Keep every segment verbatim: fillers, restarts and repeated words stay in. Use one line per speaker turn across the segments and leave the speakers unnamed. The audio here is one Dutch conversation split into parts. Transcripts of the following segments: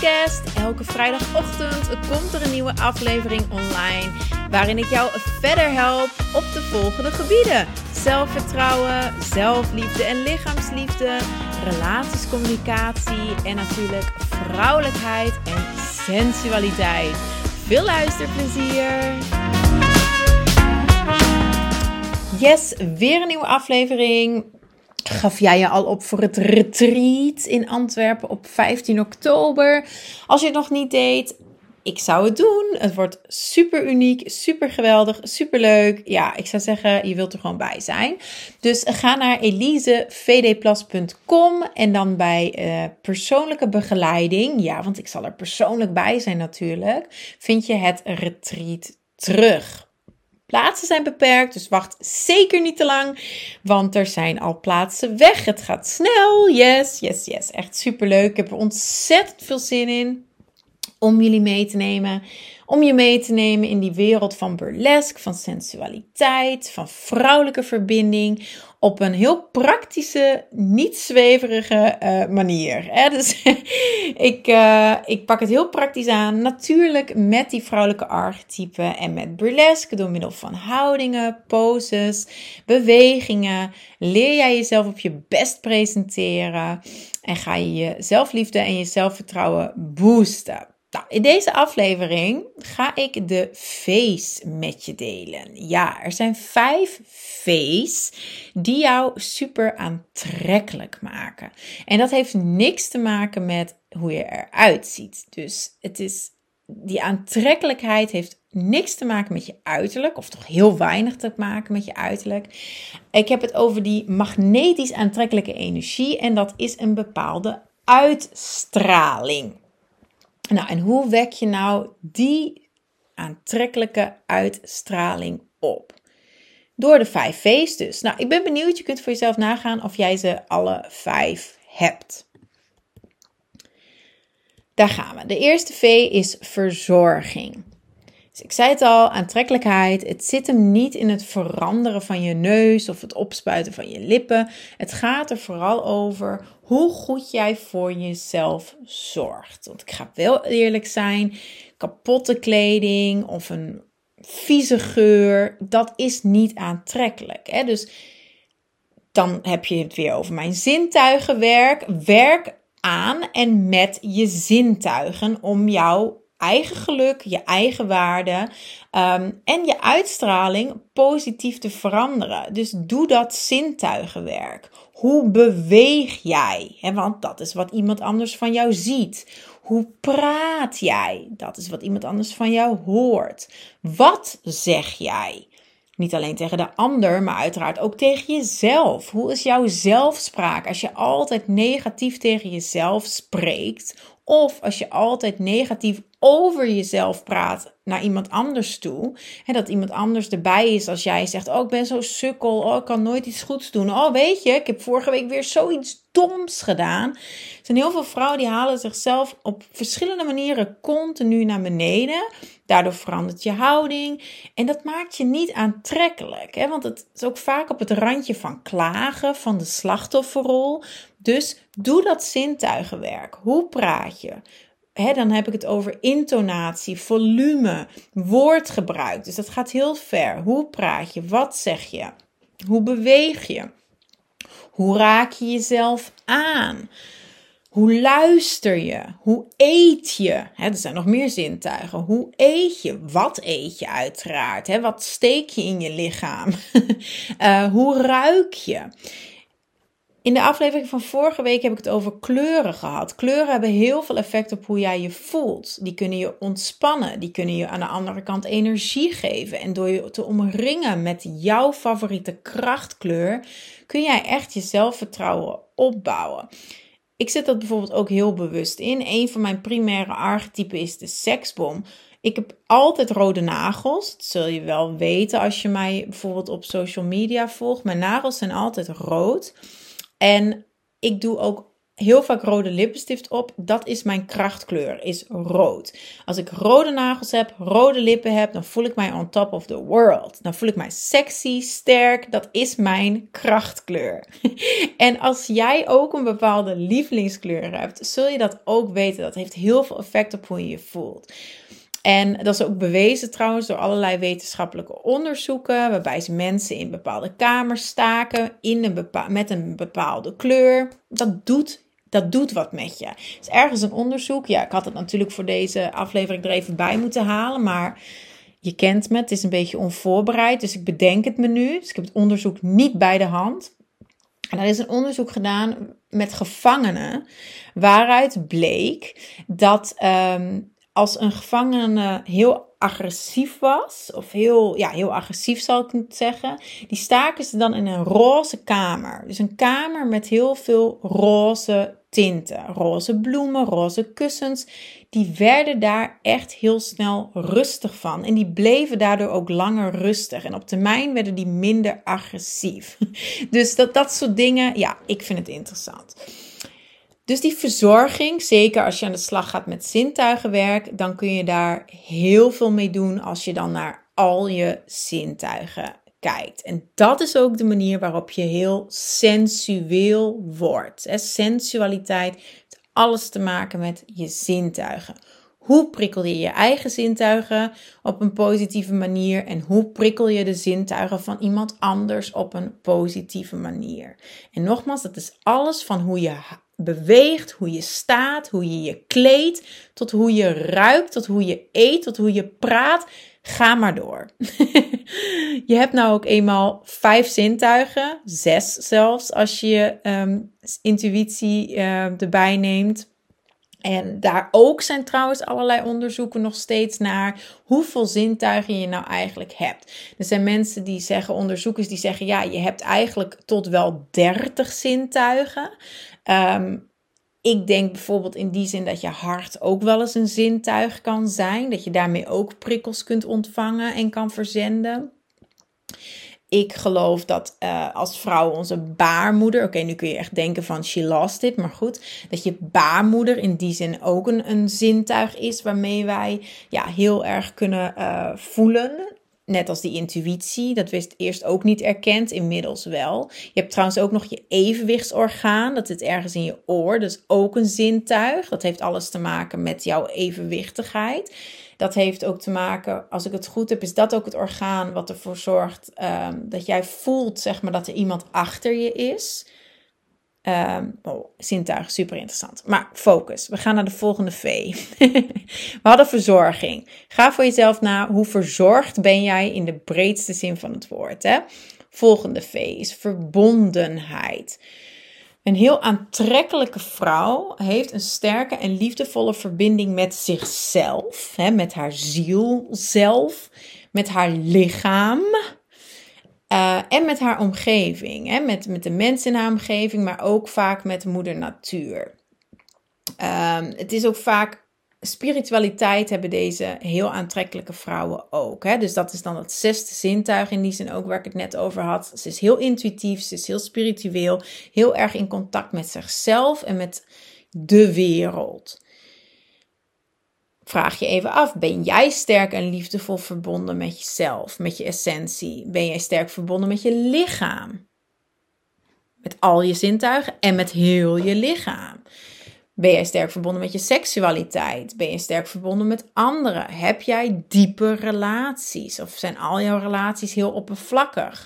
podcast. Elke vrijdagochtend komt er een nieuwe aflevering online waarin ik jou verder help op de volgende gebieden. Zelfvertrouwen, zelfliefde en lichaamsliefde, relatiescommunicatie en natuurlijk vrouwelijkheid en sensualiteit. Veel luisterplezier! Yes, weer een nieuwe aflevering. Gaf jij je al op voor het retreat in Antwerpen op vijftien oktober? Als je het nog niet deed, ik zou het doen. Het wordt super uniek, super geweldig, super leuk. Ja, ik zou zeggen, je wilt er gewoon bij zijn. Dus ga naar elise v d plas punt com en dan bij uh, persoonlijke begeleiding. Ja, want ik zal er persoonlijk bij zijn natuurlijk. Vind je het retreat terug. Plaatsen zijn beperkt, dus wacht zeker niet te lang, want er zijn al plaatsen weg. Het gaat snel, yes, yes, yes. Echt superleuk. Ik heb er ontzettend veel zin in om jullie mee te nemen. Om je mee te nemen in die wereld van burlesque, van sensualiteit, van vrouwelijke verbinding. Op een heel praktische, niet zweverige uh, manier. Hè? Dus ik, uh, ik pak het heel praktisch aan. Natuurlijk met die vrouwelijke archetypen en met burlesque. Door middel van houdingen, poses, bewegingen. Leer jij jezelf op je best presenteren. En ga je je zelfliefde en je zelfvertrouwen boosten. Nou, in deze aflevering ga ik de V's met je delen. Ja, er zijn vijf V's die jou super aantrekkelijk maken. En dat heeft niks te maken met hoe je eruit ziet. Dus het is, die aantrekkelijkheid heeft niks te maken met je uiterlijk, of toch heel weinig te maken met je uiterlijk. Ik heb het over die magnetisch aantrekkelijke energie en dat is een bepaalde uitstraling. Nou, en hoe wek je nou die aantrekkelijke uitstraling op? Door de vijf V's dus. Nou, ik ben benieuwd, je kunt voor jezelf nagaan of jij ze alle vijf hebt. Daar gaan we. De eerste V is verzorging. Dus ik zei het al, aantrekkelijkheid. Het zit hem niet in het veranderen van je neus of het opspuiten van je lippen. Het gaat er vooral over hoe goed jij voor jezelf zorgt. Want ik ga wel eerlijk zijn, kapotte kleding of een vieze geur, dat is niet aantrekkelijk. Hè? Dus dan heb je het weer over mijn zintuigenwerk. Werk aan en met je zintuigen om jouw eigen geluk, je eigen waarde um, en je uitstraling positief te veranderen. Dus doe dat zintuigenwerk. Hoe beweeg jij? He, want dat is wat iemand anders van jou ziet. Hoe praat jij? Dat is wat iemand anders van jou hoort. Wat zeg jij? Niet alleen tegen de ander, maar uiteraard ook tegen jezelf. Hoe is jouw zelfspraak? Als je altijd negatief tegen jezelf spreekt, of als je altijd negatief over jezelf praat naar iemand anders toe. Hè, dat iemand anders erbij is als jij zegt, oh ik ben zo sukkel, oh ik kan nooit iets goeds doen. Oh weet je, ik heb vorige week weer zoiets doms gedaan. Er zijn heel veel vrouwen die halen zichzelf op verschillende manieren continu naar beneden. Daardoor verandert je houding. En dat maakt je niet aantrekkelijk. Hè? Want het is ook vaak op het randje van klagen, van de slachtofferrol. Dus doe dat zintuigenwerk. Hoe praat je? He, dan heb ik het over intonatie, volume, woordgebruik. Dus dat gaat heel ver. Hoe praat je? Wat zeg je? Hoe beweeg je? Hoe raak je jezelf aan? Hoe luister je? Hoe eet je? He, er zijn nog meer zintuigen. Hoe eet je? Wat eet je uiteraard? He, wat steek je in je lichaam? uh, hoe ruik je? In de aflevering van vorige week heb ik het over kleuren gehad. Kleuren hebben heel veel effect op hoe jij je voelt. Die kunnen je ontspannen. Die kunnen je aan de andere kant energie geven. En door je te omringen met jouw favoriete krachtkleur, kun jij echt je zelfvertrouwen opbouwen. Ik zet dat bijvoorbeeld ook heel bewust in. Een van mijn primaire archetypen is de seksbom. Ik heb altijd rode nagels. Dat zul je wel weten als je mij bijvoorbeeld op social media volgt. Mijn nagels zijn altijd rood. En ik doe ook heel vaak rode lippenstift op. Dat is mijn krachtkleur, is rood. Als ik rode nagels heb, rode lippen heb, dan voel ik mij on top of the world. Dan voel ik mij sexy, sterk. Dat is mijn krachtkleur. En als jij ook een bepaalde lievelingskleur hebt, zul je dat ook weten. Dat heeft heel veel effect op hoe je je voelt. En dat is ook bewezen trouwens door allerlei wetenschappelijke onderzoeken, waarbij ze mensen in bepaalde kamers staken in een bepaal, met een bepaalde kleur. Dat doet, dat doet wat met je. Er is ergens een onderzoek. Ja, ik had het natuurlijk voor deze aflevering er even bij moeten halen, maar je kent me, het is een beetje onvoorbereid, dus ik bedenk het me nu. Dus ik heb het onderzoek niet bij de hand. En er is een onderzoek gedaan met gevangenen, waaruit bleek dat Um, als een gevangene heel agressief was, of heel, ja, heel agressief zal ik het zeggen, die staken ze dan in een roze kamer. Dus een kamer met heel veel roze tinten, roze bloemen, roze kussens. Die werden daar echt heel snel rustig van. En die bleven daardoor ook langer rustig. En op termijn werden die minder agressief. Dus dat, dat soort dingen, ja, ik vind het interessant. Dus die verzorging, zeker als je aan de slag gaat met zintuigenwerk, dan kun je daar heel veel mee doen als je dan naar al je zintuigen kijkt. En dat is ook de manier waarop je heel sensueel wordt. Sensualiteit heeft alles te maken met je zintuigen. Hoe prikkel je je eigen zintuigen op een positieve manier en hoe prikkel je de zintuigen van iemand anders op een positieve manier? En nogmaals, dat is alles van hoe je beweegt, hoe je staat, hoe je je kleedt, tot hoe je ruikt, tot hoe je eet, tot hoe je praat. Ga maar door. Je hebt nou ook eenmaal vijf zintuigen, zes zelfs, als je um, intuïtie uh, erbij neemt. En daar ook zijn trouwens allerlei onderzoeken nog steeds naar hoeveel zintuigen je nou eigenlijk hebt. Er zijn mensen die zeggen, onderzoekers die zeggen, ja, je hebt eigenlijk tot wel dertig zintuigen. Um, ik denk bijvoorbeeld in die zin dat je hart ook wel eens een zintuig kan zijn. Dat je daarmee ook prikkels kunt ontvangen en kan verzenden. Ik geloof dat uh, als vrouw onze baarmoeder, oké, okay, nu kun je echt denken van she lost it, maar goed, dat je baarmoeder in die zin ook een, een zintuig is waarmee wij ja, heel erg kunnen uh, voelen. Net als die intuïtie, dat werd eerst ook niet erkend, inmiddels wel. Je hebt trouwens ook nog je evenwichtsorgaan, dat zit ergens in je oor, dat is ook een zintuig. Dat heeft alles te maken met jouw evenwichtigheid. Dat heeft ook te maken, als ik het goed heb, is dat ook het orgaan wat ervoor zorgt um, dat jij voelt, zeg maar, dat er iemand achter je is. Um, oh, zintuig, super interessant. Maar focus, we gaan naar de volgende V. We hadden verzorging. Ga voor jezelf na, hoe verzorgd ben jij in de breedste zin van het woord. Hè? Volgende V is verbondenheid. Een heel aantrekkelijke vrouw heeft een sterke en liefdevolle verbinding met zichzelf, hè, met haar ziel zelf, met haar lichaam uh, en met haar omgeving. Hè, met, met de mensen in haar omgeving, maar ook vaak met moeder natuur. Uh, het is ook vaak, spiritualiteit hebben deze heel aantrekkelijke vrouwen ook. Hè? Dus dat is dan het zesde zintuig in die zin ook waar ik het net over had. Ze is heel intuïtief, ze is heel spiritueel, heel erg in contact met zichzelf en met de wereld. Vraag je even af, ben jij sterk en liefdevol verbonden met jezelf, met je essentie? Ben jij sterk verbonden met je lichaam? Met al je zintuigen en met heel je lichaam. Ben jij sterk verbonden met je seksualiteit? Ben je sterk verbonden met anderen? Heb jij diepe relaties? Of zijn al jouw relaties heel oppervlakkig?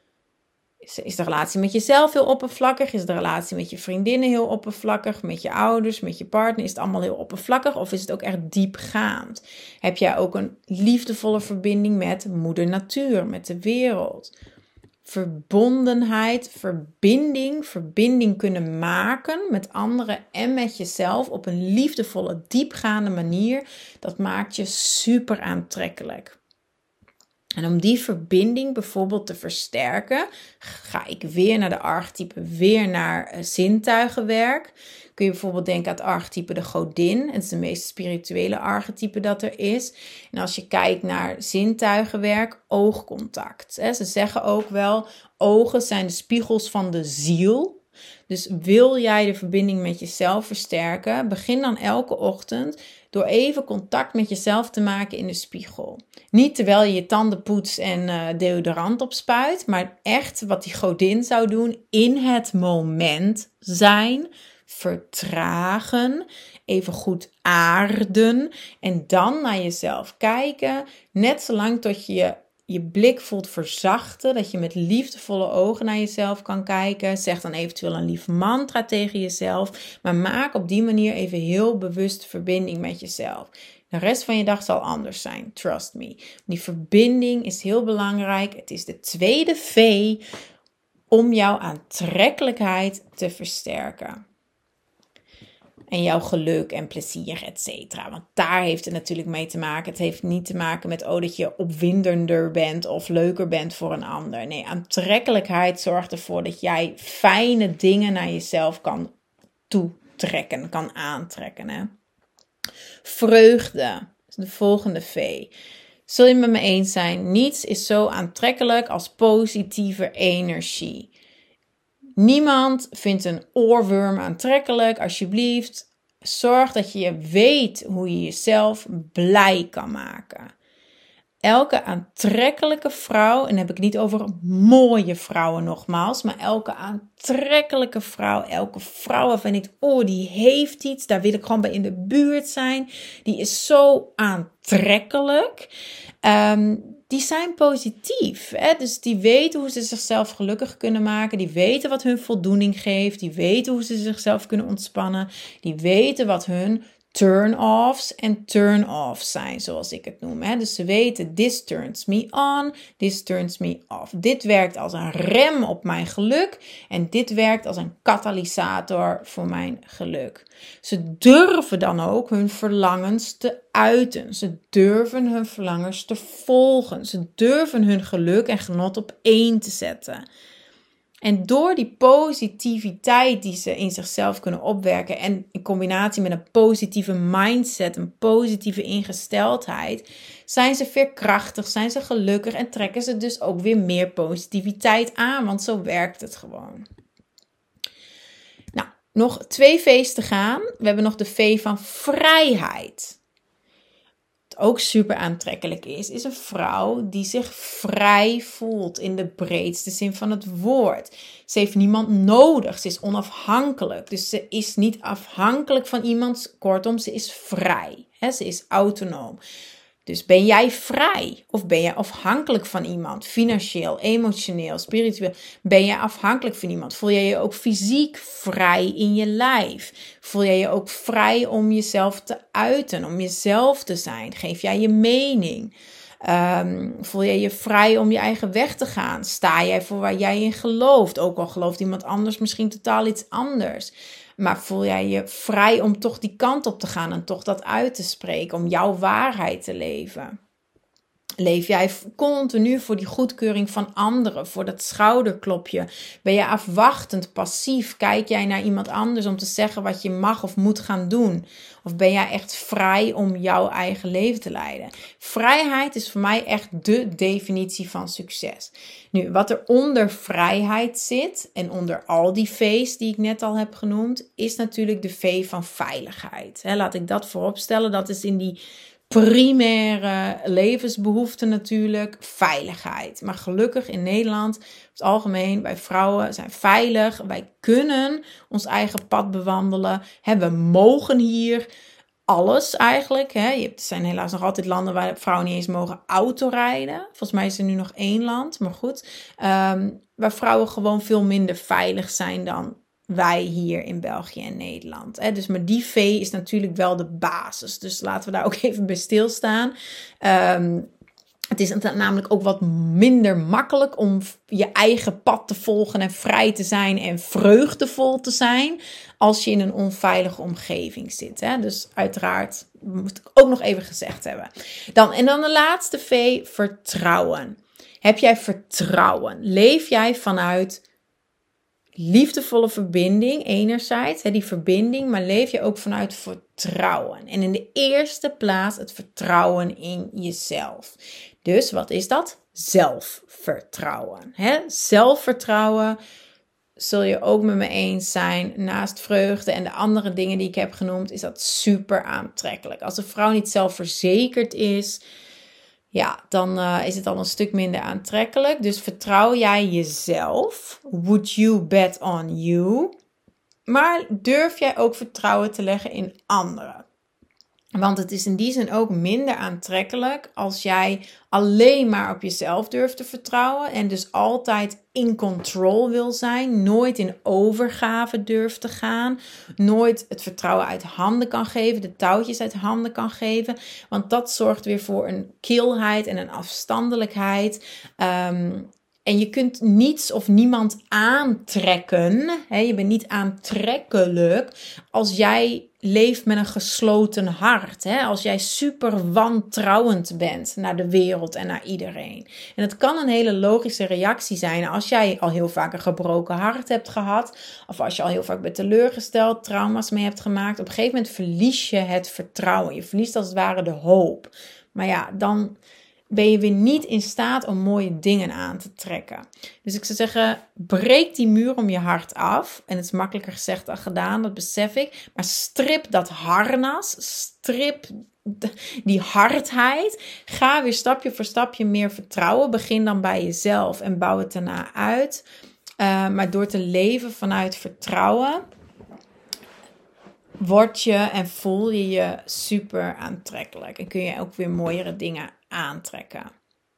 Is de relatie met jezelf heel oppervlakkig? Is de relatie met je vriendinnen heel oppervlakkig? Met je ouders, met je partner? Is het allemaal heel oppervlakkig? Of is het ook echt diepgaand? Heb jij ook een liefdevolle verbinding met moeder natuur, met de wereld? Verbondenheid, verbinding, verbinding kunnen maken met anderen en met jezelf op een liefdevolle, diepgaande manier, dat maakt je super aantrekkelijk. En om die verbinding bijvoorbeeld te versterken, ga ik weer naar de archetypen, weer naar uh, zintuigenwerk. Kun je bijvoorbeeld denken aan het archetype de godin. Het is de meest spirituele archetype dat er is. En als je kijkt naar zintuigenwerk, oogcontact. Hè. Ze zeggen ook wel, ogen zijn de spiegels van de ziel. Dus wil jij de verbinding met jezelf versterken, begin dan elke ochtend door even contact met jezelf te maken in de spiegel. Niet terwijl je je tanden poetst en uh, deodorant opspuit, maar echt wat die godin zou doen, in het moment zijn, vertragen, even goed aarden en dan naar jezelf kijken, net zolang tot je je je blik voelt verzachten, dat je met liefdevolle ogen naar jezelf kan kijken. Zeg dan eventueel een lief mantra tegen jezelf, maar maak op die manier even heel bewust verbinding met jezelf. De rest van je dag zal anders zijn, trust me. Die verbinding is heel belangrijk. Het is de tweede V om jouw aantrekkelijkheid te versterken. En jouw geluk en plezier, et cetera. Want daar heeft het natuurlijk mee te maken. Het heeft niet te maken met oh, dat je opwindender bent of leuker bent voor een ander. Nee, aantrekkelijkheid zorgt ervoor dat jij fijne dingen naar jezelf kan toetrekken, kan aantrekken. Hè? Vreugde is de volgende V. Zul je het met me eens zijn? Niets is zo aantrekkelijk als positieve energie. Niemand vindt een oorworm aantrekkelijk. Alsjeblieft, zorg dat je weet hoe je jezelf blij kan maken. Elke aantrekkelijke vrouw, en dan heb ik niet over mooie vrouwen nogmaals, maar elke aantrekkelijke vrouw, elke vrouw waarvan ik, oh die heeft iets, daar wil ik gewoon bij in de buurt zijn, die is zo aantrekkelijk. Um, Die zijn positief, hè? Dus die weten hoe ze zichzelf gelukkig kunnen maken. Die weten wat hun voldoening geeft. Die weten hoe ze zichzelf kunnen ontspannen. Die weten wat hun turn-offs en turn-offs zijn, zoals ik het noem. Hè? Dus ze weten, this turns me on, this turns me off. Dit werkt als een rem op mijn geluk en dit werkt als een katalysator voor mijn geluk. Ze durven dan ook hun verlangens te uiten. Ze durven hun verlangens te volgen. Ze durven hun geluk en genot op één te zetten. En door die positiviteit die ze in zichzelf kunnen opwerken en in combinatie met een positieve mindset, een positieve ingesteldheid, zijn ze veerkrachtig, zijn ze gelukkig en trekken ze dus ook weer meer positiviteit aan, want zo werkt het gewoon. Nou, nog twee V's te gaan. We hebben nog de V van vrijheid. Wat ook super aantrekkelijk is, is een vrouw die zich vrij voelt in de breedste zin van het woord. Ze heeft niemand nodig, ze is onafhankelijk, dus ze is niet afhankelijk van iemand, kortom, ze is vrij, hè? Ze is autonoom. Dus ben jij vrij of ben jij afhankelijk van iemand, financieel, emotioneel, spiritueel? Ben jij afhankelijk van iemand? Voel jij je ook fysiek vrij in je lijf? Voel jij je ook vrij om jezelf te uiten, om jezelf te zijn? Geef jij je mening? Um, voel jij je vrij om je eigen weg te gaan? Sta jij voor waar jij in gelooft? Ook al gelooft iemand anders misschien totaal iets anders. Maar voel jij je vrij om toch die kant op te gaan en toch dat uit te spreken, om jouw waarheid te leven? Leef jij continu voor die goedkeuring van anderen, voor dat schouderklopje? Ben je afwachtend, passief? Kijk jij naar iemand anders om te zeggen wat je mag of moet gaan doen? Of ben jij echt vrij om jouw eigen leven te leiden? Vrijheid is voor mij echt de definitie van succes. Nu, wat er onder vrijheid zit en onder al die V's die ik net al heb genoemd, is natuurlijk de V van veiligheid. He, laat ik dat voorop stellen. Dat is in die primaire levensbehoefte natuurlijk veiligheid. Maar gelukkig in Nederland, op het algemeen, wij vrouwen zijn veilig. Wij kunnen ons eigen pad bewandelen. He, we mogen hier alles eigenlijk. Hè. Er zijn helaas nog altijd landen waar vrouwen niet eens mogen autorijden. Volgens mij is er nu nog één land, maar goed. Um, waar vrouwen gewoon veel minder veilig zijn dan wij hier in België en Nederland. Hè. Dus, maar die V is natuurlijk wel de basis. Dus laten we daar ook even bij stilstaan. Um, Het is namelijk ook wat minder makkelijk om je eigen pad te volgen en vrij te zijn en vreugdevol te zijn als je in een onveilige omgeving zit. Hè? Dus uiteraard moet ik ook nog even gezegd hebben. Dan, en dan de laatste V, vertrouwen. Heb jij vertrouwen? Leef jij vanuit liefdevolle verbinding enerzijds, hè, die verbinding, maar leef je ook vanuit vertrouwen. En in de eerste plaats het vertrouwen in jezelf. Dus wat is dat? Zelfvertrouwen. Hè? Zelfvertrouwen zul je ook met me eens zijn, naast vreugde en de andere dingen die ik heb genoemd, is dat super aantrekkelijk. Als een vrouw niet zelfverzekerd is, ja, dan uh, is het al een stuk minder aantrekkelijk. Dus vertrouw jij jezelf? Would you bet on you? Maar durf jij ook vertrouwen te leggen in anderen? Want het is in die zin ook minder aantrekkelijk als jij alleen maar op jezelf durft te vertrouwen en dus altijd in control wil zijn, nooit in overgave durft te gaan, nooit het vertrouwen uit handen kan geven, de touwtjes uit handen kan geven, want dat zorgt weer voor een kilheid en een afstandelijkheid. Um, En je kunt niets of niemand aantrekken. Hè? Je bent niet aantrekkelijk als jij leeft met een gesloten hart. Hè? Als jij super wantrouwend bent naar de wereld en naar iedereen. En het kan een hele logische reactie zijn als jij al heel vaak een gebroken hart hebt gehad. Of als je al heel vaak bent teleurgesteld, trauma's mee hebt gemaakt. Op een gegeven moment verlies je het vertrouwen. Je verliest als het ware de hoop. Maar ja, dan ben je weer niet in staat om mooie dingen aan te trekken. Dus ik zou zeggen, breek die muur om je hart af. En het is makkelijker gezegd dan gedaan, dat besef ik. Maar strip dat harnas, strip die hardheid. Ga weer stapje voor stapje meer vertrouwen. Begin dan bij jezelf en bouw het daarna uit. Uh, maar door te leven vanuit vertrouwen, word je en voel je je super aantrekkelijk. En kun je ook weer mooiere dingen aantrekken.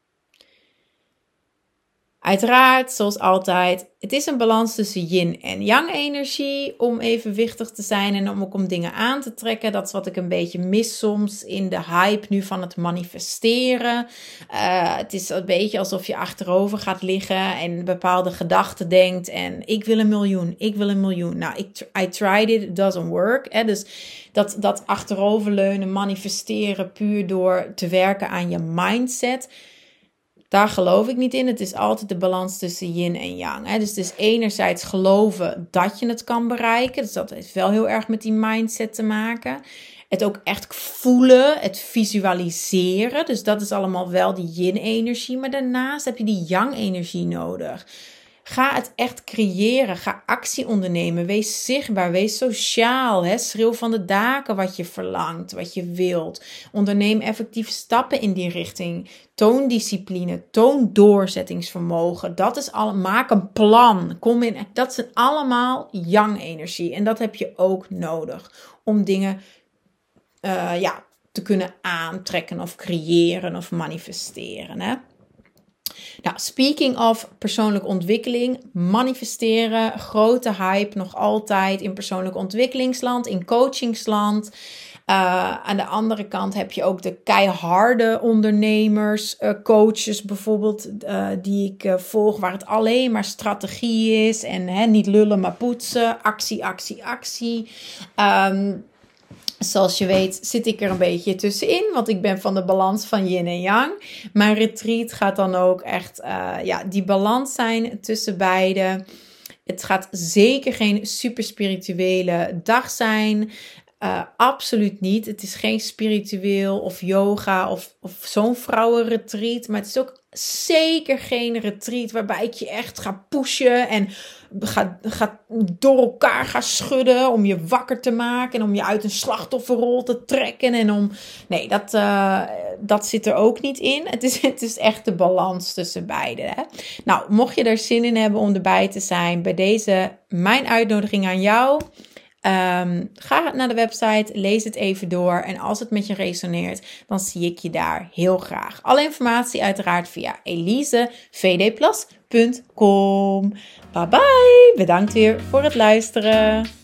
Uiteraard, zoals altijd, het is een balans tussen yin en yang energie om evenwichtig te zijn en om ook om dingen aan te trekken. Dat is wat ik een beetje mis soms in de hype nu van het manifesteren. Uh, het is een beetje alsof je achterover gaat liggen en bepaalde gedachten denkt en ik wil een miljoen, ik wil een miljoen. Nou, ik, I tried it, it doesn't work. Hè? Dus dat, dat achteroverleunen, manifesteren puur door te werken aan je mindset, daar geloof ik niet in. Het is altijd de balans tussen yin en yang. Hè? Dus het is enerzijds geloven dat je het kan bereiken. Dus dat heeft wel heel erg met die mindset te maken. Het ook echt voelen, het visualiseren. Dus dat is allemaal wel die yin-energie. Maar daarnaast heb je die yang-energie nodig. Ga het echt creëren. Ga actie ondernemen. Wees zichtbaar. Wees sociaal. Hè? Schreeuw van de daken wat je verlangt. Wat je wilt. Onderneem effectief stappen in die richting. Toon discipline. Toon doorzettingsvermogen. Dat is al, maak een plan. Kom in. Dat zijn allemaal yang-energie. En dat heb je ook nodig. Om dingen uh, ja, te kunnen aantrekken. Of creëren. Of manifesteren. Hè? Nou, speaking of persoonlijke ontwikkeling, manifesteren, grote hype nog altijd in persoonlijk ontwikkelingsland, in coachingsland. Uh, aan de andere kant heb je ook de keiharde ondernemers, uh, coaches bijvoorbeeld, uh, die ik uh, volg, waar het alleen maar strategie is en hè, niet lullen maar poetsen, actie, actie, actie. Um, Zoals je weet zit ik er een beetje tussenin, want ik ben van de balans van yin en yang. Mijn retreat gaat dan ook echt uh, ja, die balans zijn tussen beide. Het gaat zeker geen super spirituele dag zijn. Uh, absoluut niet. Het is geen spiritueel of yoga of, of zo'n vrouwenretreat. Maar het is ook zeker geen retreat waarbij ik je echt ga pushen en ga, ga door elkaar ga schudden om je wakker te maken en om je uit een slachtofferrol te trekken. En om, nee, dat, uh, dat zit er ook niet in. Het is, het is echt de balans tussen beide. Hè? Nou, mocht je er zin in hebben om erbij te zijn, bij deze mijn uitnodiging aan jou. Um, ga naar de website, lees het even door en als het met je resoneert, dan zie ik je daar heel graag. Alle informatie uiteraard via elise v d plus punt com. Bye bye, bedankt weer voor het luisteren.